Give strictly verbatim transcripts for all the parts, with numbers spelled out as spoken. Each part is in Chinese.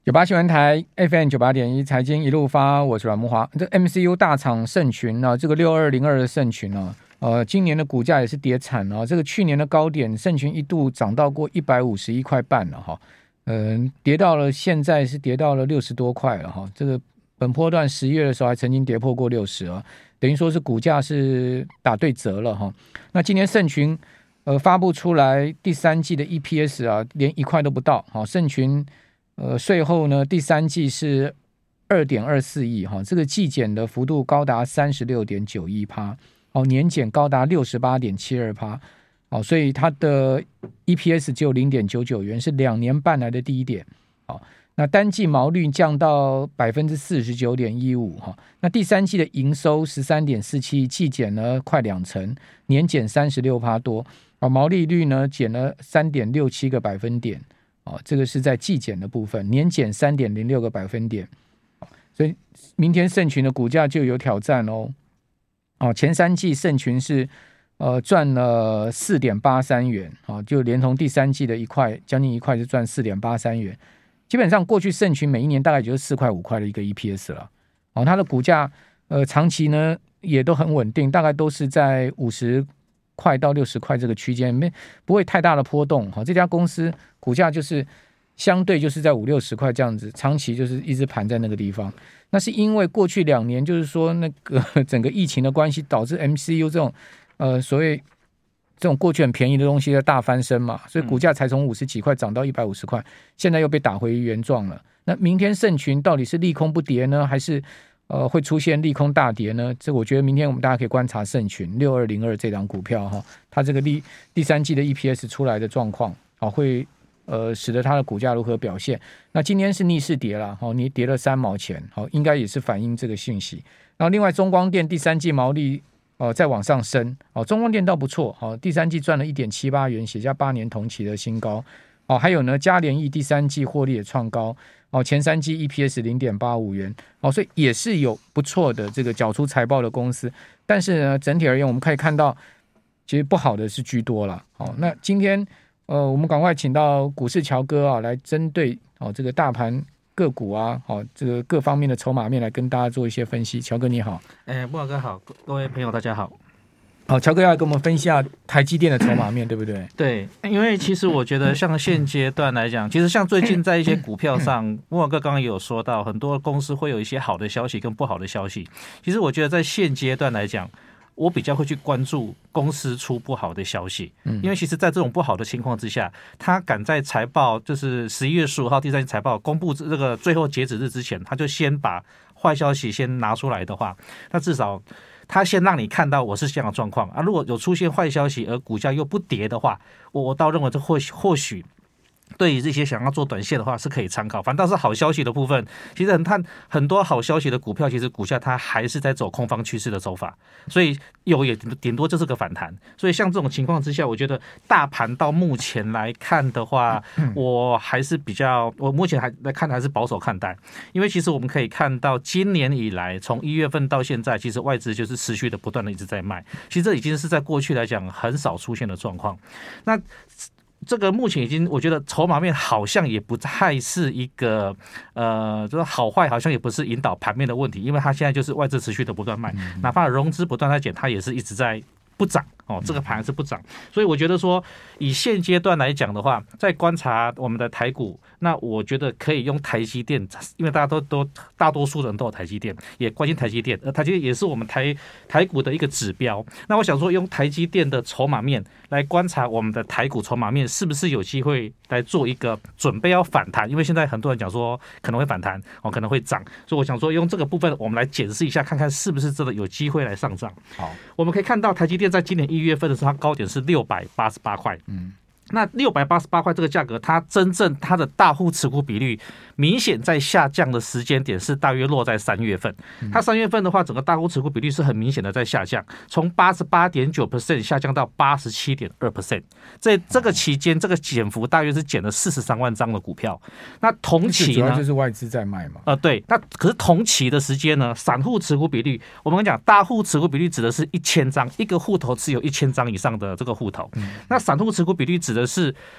九八新闻台 F M 九八点一财经一路发，我是阮慕骅。这 M C U 大厂盛群啊，这个六二零二的盛群啊，呃，今年的股价也是跌惨啊。这个去年的高点，盛群一度涨到过一百五十一块半了哈，嗯、呃，跌到了现在是跌到了六十多块了哈。这个本波段十月的时候还曾经跌破过六十啊，等于说是股价是打对折了哈。那今年盛群呃发布出来第三季的 E P S 啊，连一块都不到，好，盛群。呃，税后呢，第三季是 二点二四亿哈，这个季减的幅度高达 三十六点九一趴，哦，年减高达 六十八点七二趴，哦，所以它的 E P S 只有 零点九九元，是两年半来的低点，哦，那单季毛率降到 百分之四十九点一五 哈，那第三季的营收 十三点四七，季减呢快两成，年减 三十六趴多，哦，毛利率呢减了 三点六七个百分点。哦，这个是在季减的部分，年减 三点零六个百分点，所以明天盛群的股价就有挑战哦。哦，前三季盛群是呃赚了 四点八三元，哦，就连同第三季的一块将近一块是赚 四点八三元，基本上过去盛群每一年大概就是四块五块的一个 E P S 了。哦，它的股价呃长期呢也都很稳定，大概都是在五十块到六十块这个区间，没不会太大的波动。好，这家公司股价就是相对就是在五六十块这样子，长期就是一直盘在那个地方。那是因为过去两年就是说那个整个疫情的关系，导致 M C U 这种呃所谓这种过去很便宜的东西的大翻身嘛，所以股价才从五十几块涨到一百五十块，现在又被打回原状了。那明天盛群到底是利空不跌呢，还是呃，会出现利空大跌呢？这我觉得明天我们大家可以观察盛群六二零二这档股票哈，它这个第第三季的 E P S 出来的状况，好，会呃使得它的股价如何表现。那今天是逆势跌了，好，你跌了三毛钱，好，应该也是反映这个讯息。然后另外中光电第三季毛利呃再往上升，哦，中光电倒不错，好，第三季赚了一点七八元，写下八年同期的新高。哦，还有呢，嘉联益第三季获利也创高。哦，前三季 E P S 零点八五元，哦，所以也是有不错的这个缴出财报的公司，但是呢，整体而言，我们可以看到，其实不好的是居多了。哦，那今天呃，我们赶快请到股市乔哥啊，来针对哦这个大盘个股啊，哦这个各方面的筹码面来跟大家做一些分析。乔哥你好， 哎，慕骅哥好，各位朋友大家好。 好，乔哥要跟我们分析下台积电的筹码面，对不对？ 对，因为其实我觉得像现阶段来讲，其实像最近在一些股票上，慕骅哥刚刚也有说到，很多公司会有一些好的消息跟不好的消息。其实我觉得在现阶段来讲，我比较会去关注公司出不好的消息，因为其实在这种不好的情况之下，他敢在财报就是十一月十五号第三季财报公布这个最后截止日之前，他就先把坏消息先拿出来的话，那至少他先让你看到我是这样的状况啊。如果有出现坏消息而股价又不跌的话，我我倒认为这或许或许对于这些想要做短线的话是可以参考。反倒是好消息的部分，其实很看很多好消息的股票，其实股价它还是在走空方趋势的走法，所以有也顶多就是个反弹。所以像这种情况之下，我觉得大盘到目前来看的话，我还是比较，我目前还来看还是保守看待，因为其实我们可以看到今年以来，从一月份到现在，其实外资就是持续的不断的一直在卖，其实这已经是在过去来讲很少出现的状况。那这个目前已经，我觉得筹码面好像也不太是一个呃，就是好坏好像也不是引导盘面的问题，因为它现在就是外资持续的不断卖，哪怕融资不断在减，它也是一直在不涨哦，这个盘是不涨，所以我觉得说，以现阶段来讲的话，在观察我们的台股，那我觉得可以用台积电，因为大家都都大多数人都有台积电，也关心台积电，而台积电也是我们台台股的一个指标。那我想说，用台积电的筹码面来观察我们的台股筹码面是不是有机会来做一个准备要反弹，因为现在很多人讲说可能会反弹哦，可能会涨，所以我想说用这个部分我们来检视一下，看看是不是真的有机会来上涨。好，我们可以看到台积电在今年一月份的时候，它高点是六百八十八块，嗯。那六百八十八块这个价格，它真正它的大户持股比率明显在下降的时间点是大约落在三月份。它三月份的话，整个大户持股比率是很明显的在下降，从 八十八点九 percent 下降到 八十七点二 percent。在这个期间，这个减幅大约是减了四十三万张的股票。那同期呢， 主要就是外资在卖嘛。 呃，对。那可是同期的时间呢，散户持股比率，我们讲大户持股比率指的是一千张，一个户头持有一千张以上的这个户头。嗯、那散户持股比率指的是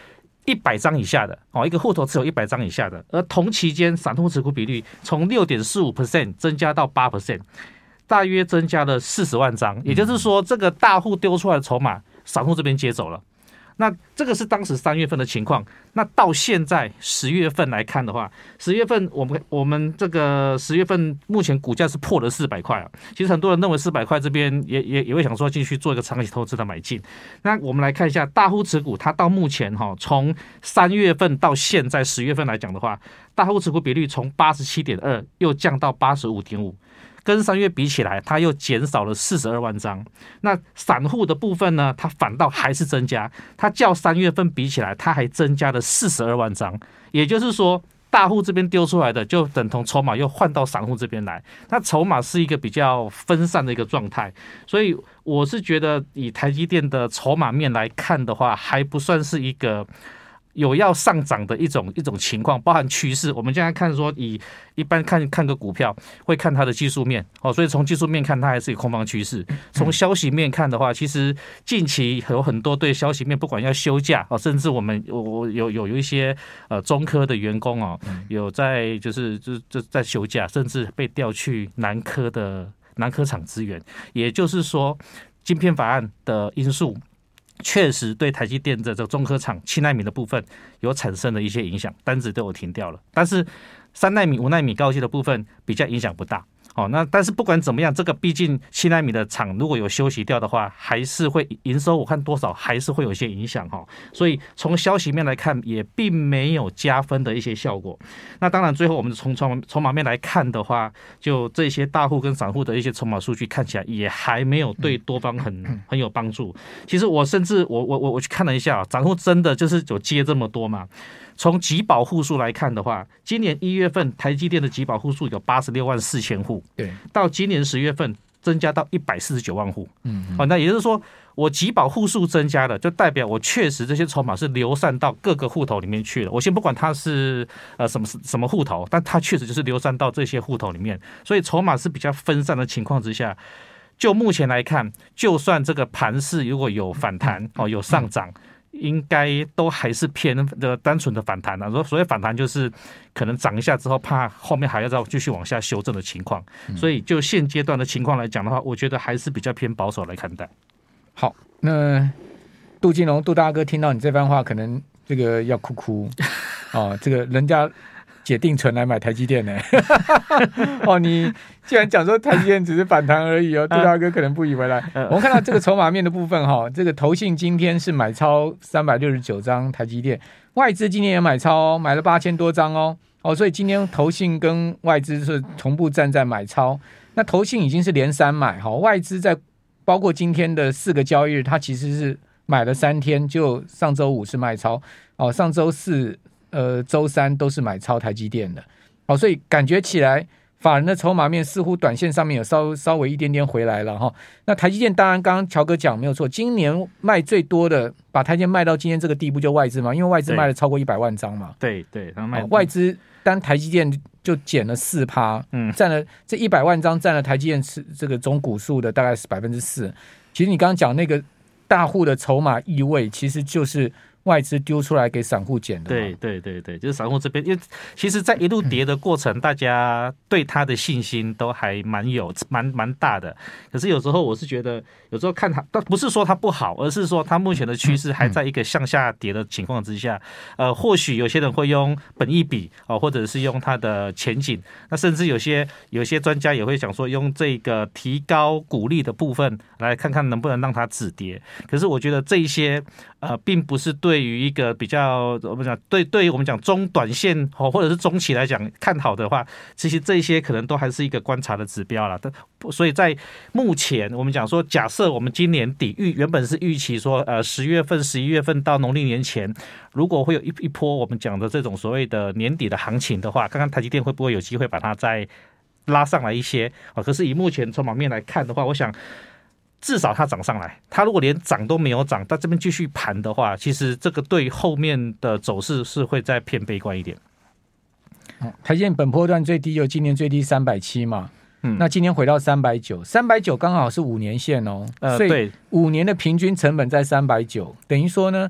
一百张以下的哦，一个户头持有一百张以下的，而同期间散户持股比率从 百分之六点四五 增加到 百分之八， 大约增加了四十万张，也就是说，这个大户丢出来的筹码，散户这边接走了。那这个是当时三月份的情况。那到现在十月份来看的话，十月份我们我们这个十月份目前股价是破了四百块啊。其实很多人认为四百块这边也也也会想说进去做一个长期投资的买进。那我们来看一下大户持股，它到目前哈，从三月份到现在十月份来讲的话，大户持股比率从 八十七点二 又降到 八十五点五。跟三月比起来，它又减少了四十二万张。那散户的部分呢，它反倒还是增加，它较三月份比起来，它还增加了四十二万张。也就是说，大户这边丢出来的，就等同筹码又换到散户这边来。那筹码是一个比较分散的一个状态，所以我是觉得，以台积电的筹码面来看的话，还不算是一个有要上涨的一种一种情况，包含趋势。我们现在看说，以一般看看个股票，会看它的技术面哦，所以从技术面看，它还是有空方趋势。从消息面看的话，其实近期有很多对消息面，不管要休假哦，甚至我们我有有有一些呃中科的员工哦，有在就是就就在休假，甚至被调去南科的南科厂支援。也就是说，晶片法案的因素确实对台积电的这个中科厂七奈米的部分有产生了一些影响，单子都有停掉了。但是三奈米、五奈米高阶的部分比较影响不大。哦，那但是不管怎么样，这个毕竟七奈米的厂如果有休息掉的话，还是会营收我看多少还是会有一些影响哈。所以从消息面来看，也并没有加分的一些效果。那当然，最后我们从筹码面来看的话，就这些大户跟散户的一些筹码数据看起来也还没有对多方很很有帮助。其实我甚至我我我我去看了一下，散户真的就是有接这么多吗？从集保户数来看的话，今年一月份台积电的集保户数有八十六万四千户，对，到今年十月份增加到一百四十九万户，嗯，哦，那也就是说，我集保户数增加了，就代表我确实这些筹码是流散到各个户头里面去了。我先不管它是呃什么什么户头，但它确实就是流散到这些户头里面，所以筹码是比较分散的情况之下，就目前来看，就算这个盘势如果有反弹哦，有上涨。应该都还是偏的单纯的反弹啊，所谓反弹就是可能涨一下之后，怕后面还要再继续往下修正的情况。所以就现阶段的情况来讲的话，我觉得还是比较偏保守来看待。 好，那杜金龙杜大哥听到你这番话，可能这个要哭哭哦，这个人家解定存来买台积电呢。哦，你既然讲说台积电只是反弹而已哦，杜大哥可能不以为然。我们看到这个筹码面的部分哈，这个投信今天是买超三百六十九张台积电，外资今天也买超哦，买了八千多张哦。哦，所以今天投信跟外资是同步站在买超。那投信已经是连三买哈，外资在包括今天的四个交易日，它其实是买了三天，就上周五是卖超哦，上周四。呃，周三都是买超台积电的，哦，所以感觉起来法人的筹码面似乎短线上面有稍稍微一点点回来了哈。那台积电当然刚刚乔哥讲没有错，今年卖最多的，把台积电卖到今天这个地步就外资嘛，因为外资卖了超过一百万张嘛。 对对，然后卖、 哦、外资单台积电就减了四趴，嗯，占了这一百万张占了台积电这个总股数的大概是百分之四。其实你刚刚讲那个大户的筹码意味，其实就是外资丢出来给散户捡的。 对对对对，就是散户这边，因为其实在一路跌的过程、嗯、大家对他的信心都还蛮有蛮蛮大的。可是有时候我是觉得有时候看他不是说他不好，而是说他目前的趋势还在一个向下跌的情况之下，呃或许有些人会用本益比哦，或者是用它的前景，那甚至有些有些专家也会想说用这个提高股利的部分来看看能不能让它止跌。可是我觉得这一些呃并不是对对于一个比较我们讲对对于我们讲中短线或者是中期来讲看好的话，其实这些可能都还是一个观察的指标啦。所以在目前我们讲说，假设我们今年底预原本是预期说呃十月份十一月份到农历年前，如果会有一一波我们讲的这种所谓的年底的行情的话，看看台积电会不会有机会把它再拉上来一些啊。可是以目前筹码面来看的话，我想至少它涨上来，它如果连涨都没有涨，它这边继续盘的话，其实这个对后面的走势是会再偏悲观一点。 台积电本波段最低有今年最低三百七嘛，嗯，那今年回到三百九，三百九刚好是五年线哦，呃，所以五年的平均成本在三百九，等于说呢，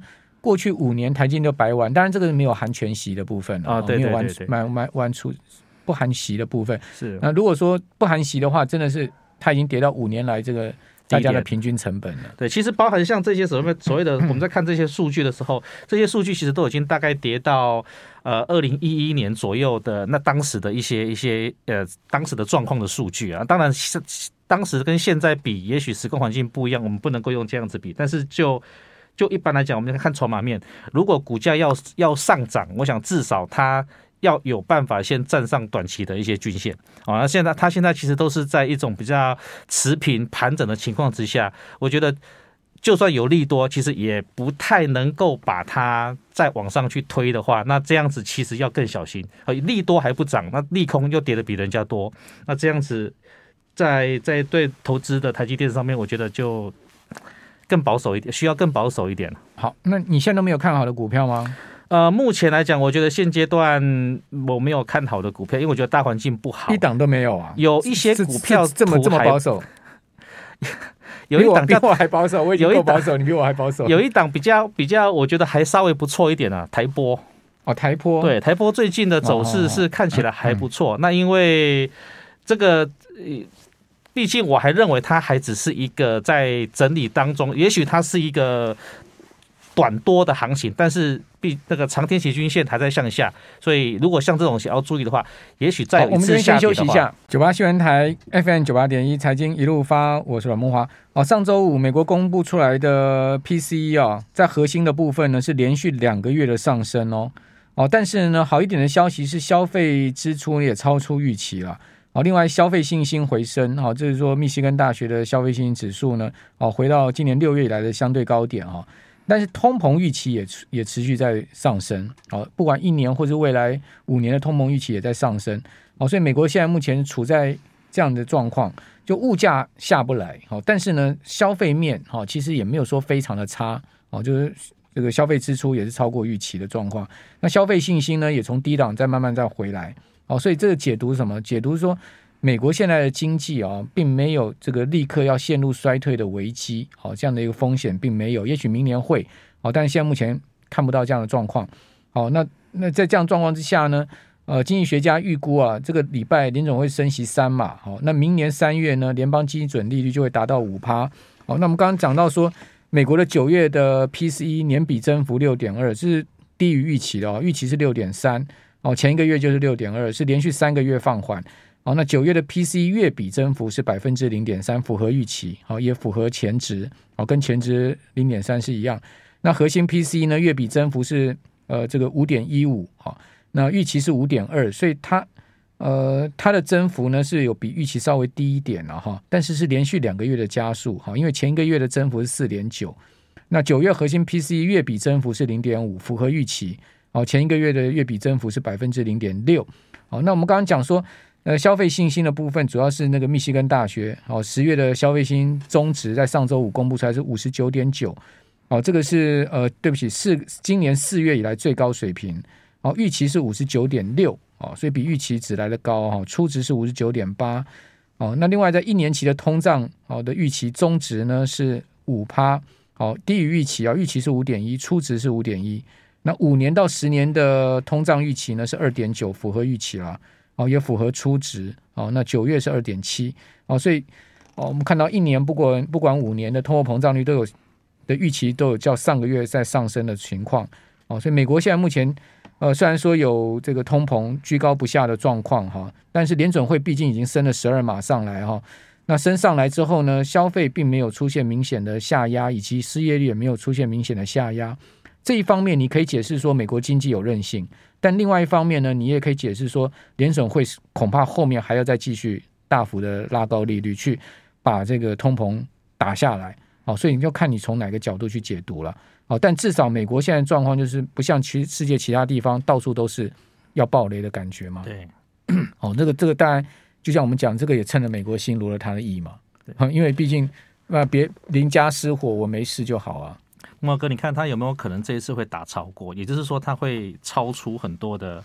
过去五年台积电就百万，当然这个没有含权息的部分啊，对对对对， 没有完完完出不含息的部分是。 那如果说不含息的话，真的是它已经跌到五年来这个大家的平均成本了。 对，其实包含像这些所谓所谓的，我们在看这些数据的时候，这些数据其实都已经大概跌到呃二零一一年左右的那当时的一些一些呃当时的状况的数据啊。当然是当时跟现在比，也许时空环境不一样，我们不能够用这样子比。但是就就一般来讲，我们看筹码面，如果股价要要上涨，我想至少它要有办法先站上短期的一些均线啊。那现在它现在其实都是在一种比较持平盘整的情况之下，我觉得就算有利多，其实也不太能够把它再往上去推的话，那这样子其实要更小心。利多还不涨，那利空又跌得比人家多，那这样子在在对投资的台积电上面，我觉得就更保守一点，需要更保守一点。 好，那你现在都没有看好的股票吗？ 呃，目前来讲，我觉得现阶段我没有看好的股票，因为我觉得大环境不好， 一档都没有啊。 有一些股票这么这么保守， 有一档比我还保守，我已经够保守，你比我还保守。 有一档比较比较，我觉得还稍微不错一点啊，台波。 哦，台波， 对，台波最近的走势是看起来还不错。哦哦哦那因为这个，毕竟我还认为它还只是一个在整理当中，也许它是一个短多的行情，但是必那个长天期均线还在向下，所以如果像这种想要注意的话，也许再有一次下跌的话。我们这边先休息一下。 九八新闻台 F M 九八点一财经一路发，我是阮慕骅。哦，上周五美国公布出来的 P C E 啊，在核心的部分呢是连续两个月的上升哦。哦，但是呢，好一点的消息是消费支出也超出预期了。哦，另外消费信心回升，哦，就是说密西根大学的消费信心指数呢，哦，回到今年六月以来的相对高点哦。但是通膨预期也也持续在上升，哦，不管一年或是未来五年的通膨预期也在上升，哦，所以美国现在目前处在这样的状况，就物价下不来，哦，但是呢，消费面，哦，其实也没有说非常的差，哦，就是这个消费支出也是超过预期的状况，那消费信心呢也从低档再慢慢再回来，哦，所以这个解读是什么？解读是说，美国现在的经济啊，并没有这个立刻要陷入衰退的危机，好，这样的一个风险并没有，也许明年会，好，但是现在目前看不到这样的状况，好，那那在这样状况之下呢，呃，经济学家预估啊，这个礼拜联总会升息三码，好，那明年三月呢，联邦基准利率就会达到五趴，好，那我们刚刚讲到说，美国的九月的 P C E 年比增幅六点二，是低于预期的哦，预期是六点三，哦，前一个月就是六点二，是连续三个月放缓。好，那九月的 P C E 月比增幅是 百分之零点三， 符合预期，好，也符合前值，好，跟前值 零点三 是一样。那核心 P C E 呢，月比增幅是呃这个 五点一五， 好，那预期是 五点二， 所以它呃它的增幅呢是有比预期稍微低一点了哈，但是是连续两个月的加速，好，因为前一个月的增幅是 四点九， 那九月核心 P C E 月比增幅是 零点五， 符合预期，好，前一个月的月比增幅是 百分之零点六， 好，那我们刚刚讲说呃，消费信心的部分主要是那个密西根大学，哦，十月的消费信心中值在上周五公布出来是 五十九点九， 哦，这个是呃，对不起，是今年四月以来最高水平，哦，预期是 五十九点六， 哦，所以比预期值来的高，哦，初值是 五十九点八， 哦，那另外在一年期的通胀，哦，的预期中值呢是 百分之五， 哦，低于预期啊，预期是 五点一， 初值是 五点一， 那五年到十年的通胀预期呢是 二点九， 符合预期啦。哦，也符合初值，哦，那九月是 二点七， 哦，所以哦，我们看到一年不管不管五年的通货膨胀率都有的预期都有较上个月在上升的情况，哦，所以美国现在目前呃虽然说有这个通膨居高不下的状况哈，但是联准会毕竟已经升了十二码上来哈，那升上来之后呢，消费并没有出现明显的下压，以及失业率也没有出现明显的下压，这一方面你可以解释说美国经济有韧性。但另外一方面呢，你也可以解释说，联准会恐怕后面还要再继续大幅的拉高利率，去把这个通膨打下来。哦，所以你就看你从哪个角度去解读了。哦，但至少美国现在状况就是不像其世界其他地方到处都是要爆雷的感觉嘛。 对， 哦，这个这个当然就像我们讲，这个也趁着美国心如了他的意嘛。嗯，因为毕竟那别邻家失火，我没事就好啊。 莫哥，你看他有没有可能这一次会打超过？也就是说，他会超出很多的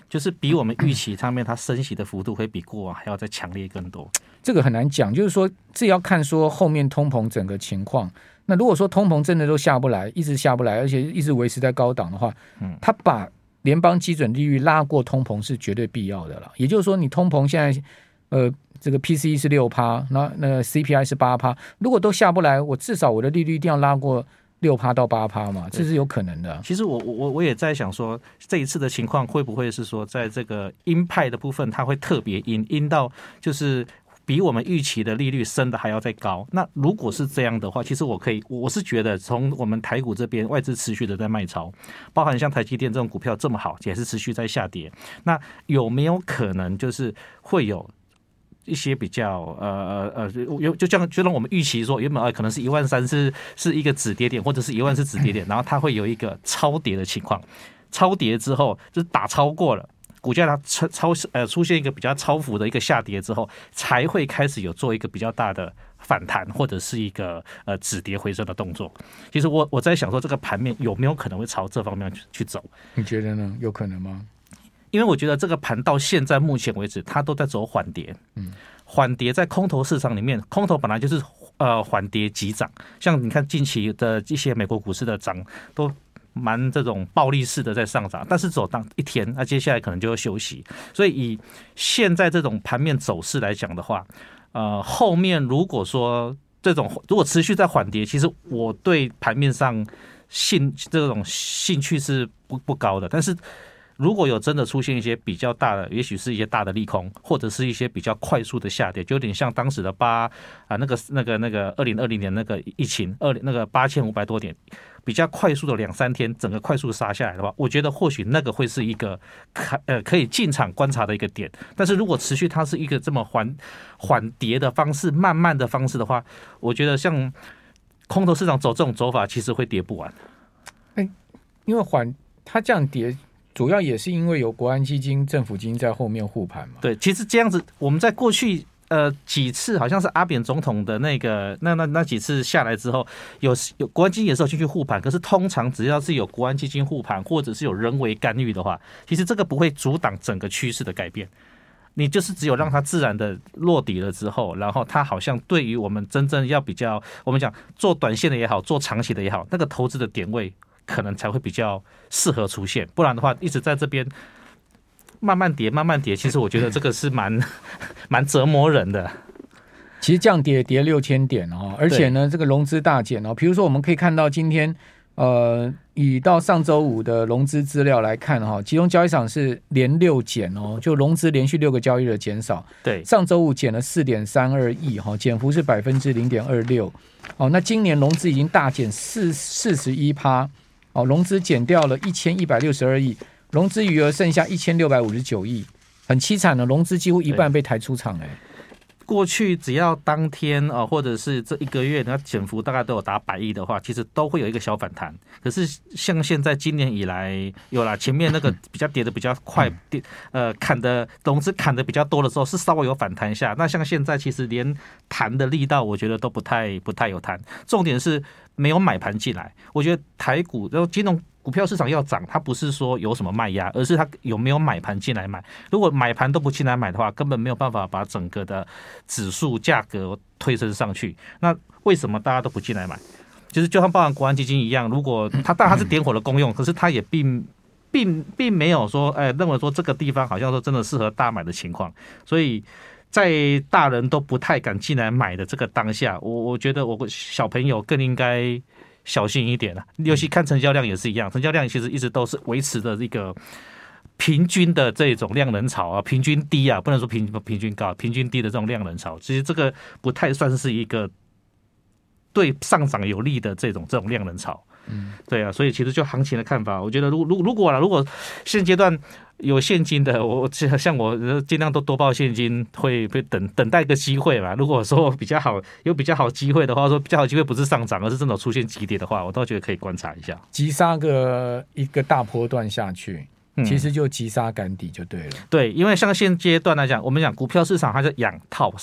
就是比我们预期上面它升息的幅度会比过往还要再强烈更多。 这个很难讲，就是说这要看说后面通膨整个情况。那如果说通膨真的都下不来，一直下不来，而且一直维持在高档的话，嗯，他把联邦基准利率拉过通膨是绝对必要的了。也就是说，你通膨现在呃这个 P C E 是 百分之六， 那那 C P I 是 百分之八， 如果都下不来，我至少我的利率一定要拉过百分之六到百分之八嘛，这是有可能的。 其实我我我也在想说，这一次的情况会不会是说，在这个鹰派的部分，它会特别鹰鹰到就是比我们预期的利率升的还要再高。那如果是这样的话，其实我可以，我是觉得从我们台股这边外资持续的在卖超，包含像台积电这种股票这么好，也是持续在下跌。那有没有可能就是会有一些比较呃呃呃，就这样就让我们预期说，原本可能是一万三是是一个止跌点，或者是一万是止跌点，然后它会有一个超跌的情况，超跌之后就是打超过了。股价它超超呃出现一个比较超幅的一个下跌之后，才会开始有做一个比较大的反弹，或者是一个呃止跌回升的动作。其实我我在想说，这个盘面有没有可能会朝这方面去走？ 你觉得呢？有可能吗？ 因为我觉得这个盘到现在目前为止，它都在走缓跌。嗯，缓跌在空头市场里面，空头本来就是呃缓跌急涨，像你看近期的一些美国股市的涨都蛮这种暴力式的在上涨，但是走当一天，那接下来可能就要休息。所以以现在这种盘面走势来讲的话，呃，后面如果说这种如果持续在缓跌，其实我对盘面上兴这种兴趣是不不高的。但是如果有真的出现一些比较大的，也许是一些大的利空，或者是一些比较快速的下跌，就有点像当时的八啊那个那个那个二零二零年那个疫情二那个八千五百多点，比较快速的两三天，整个快速杀下来的话，我觉得或许那个会是一个呃可以进场观察的一个点。但是如果持续它是一个这么缓缓跌的方式，慢慢的方式的话，我觉得像空头市场走这种走法，其实会跌不完。 哎，因为缓它这样跌。主要也是因为有国安基金、政府基金在后面护盘嘛。 对，其实这样子，我们在过去呃几次，好像是阿扁总统的那个那那那几次下来之后，有有国安基金也是有进去护盘，可是通常只要是有国安基金护盘，或者是有人为干预的话，其实这个不会阻挡整个趋势的改变。你就是只有让它自然的落底了之后，然后它好像对于我们真正要比较，我们讲做短线的也好，做长期的也好，那个投资的点位可能才会比较适合出现，不然的话一直在这边慢慢跌慢慢跌，其实我觉得这个是蛮蛮折磨人的。 其实这样跌跌六千点哦，而且呢这个融资大减哦，比如说我们可以看到今天呃以到上周五的融资资料来看哈、哦，集中交易场是连六减哦，就融资连续六个交易日减少。 对， 上周五减了 四点三二亿哈、哦，减幅是百分之零点二六。哦，那今年融资已经大减四四十一趴。哦，融资减掉了一千一百六十二亿，融资余额剩下一千六百五十九亿，很凄惨的，融资几乎一半被抬出场了。 过去只要当天啊、呃，或者是这一个月，那减幅大概都有达百亿的话，其实都会有一个小反弹。可是像现在今年以来，有啦，前面那个比较跌的比较快，跌呃砍的融资砍的比较多的时候，是稍微有反弹一下。那像现在其实连弹的力道，我觉得都不太不太有弹。重点是没有买盘进来。我觉得台股然后金融股票市场要涨，它不是说有什么卖压，而是它有没有买盘进来买。如果买盘都不进来买的话，根本没有办法把整个的指数价格推升上去。那为什么大家都不进来买？就是就像包含国安基金一样，如果它当然它是点火的功用，可是它也并并并没有说，哎，认为说这个地方好像说真的适合大买的情况，所以。在大人都不太敢进来买的这个当下，我我觉得我小朋友更应该小心一点了。尤其看成交量也是一样，成交量其实一直都是维持的一个平均的这种量能潮啊，平均低啊，不能说平平均高，平均低的这种量能潮，其实这个不太算是一个对上涨有利的这种这种量能潮。嗯，对啊，所以其实就行情的看法，我觉得如如如果啦，如果现阶段有现金的，我像我尽量都多报现金，会会等等待一个机会嘛。如果说比较好有比较好机会的话，说比较好机会不是上涨，而是真的出现急跌的话，我倒觉得可以观察一下， 急杀个一个大波段下去。其实就急杀赶底就对了、嗯。 对，因为像现阶段来讲，我们讲股票市场它是养套杀。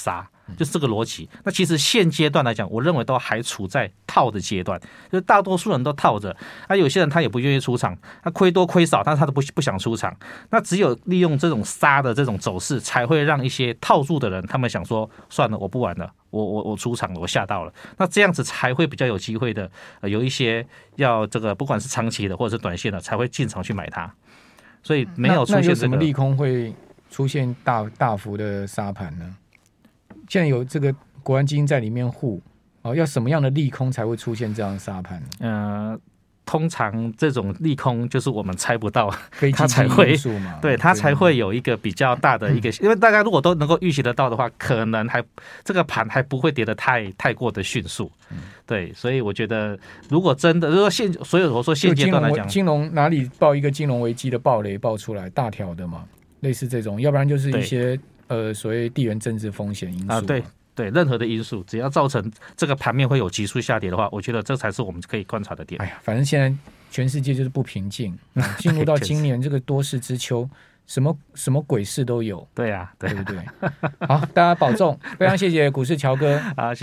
就是这个逻辑。那其实现阶段来讲，我认为都还处在套的阶段，就是大多数人都套着，啊，有些人他也不愿意出场，他亏多亏少，但是他都不不想出场。那只有利用这种杀的这种走势，才会让一些套住的人，他们想说算了，我不玩了，我我我出场了，我吓到了。那这样子才会比较有机会的，呃、有一些要这个不管是长期的或者是短线的，才会进场去买它。所以没有出现、这个、 那, 那有什么利空会出现大大幅的杀盘呢？现在有这个国安基金在里面护、哦、要什么样的利空才会出现这样的杀盘？ 呃，通常这种利空就是我们猜不到， 非它才会对它才会有一个比较大的一个，因为大家如果都能够预期得到的话，可能还这个盘还不会跌得太太过的迅速。对，所以我觉得如果真的如果现，所以我说现阶段来讲， 金融哪里爆一个金融危机的暴雷爆出来，大条的嘛，类似这种，要不然就是一些呃所谓地缘政治风险因素啊， 对。对，任何的因素只要造成这个盘面会有急速下跌的话，我觉得这才是我们可以观察的点。 哎呀，反正现在全世界就是不平静，进入到今年这个多事之秋，什么什么鬼事都有。 对啊，对对不对？好，大家保重，非常谢谢股市乔哥啊。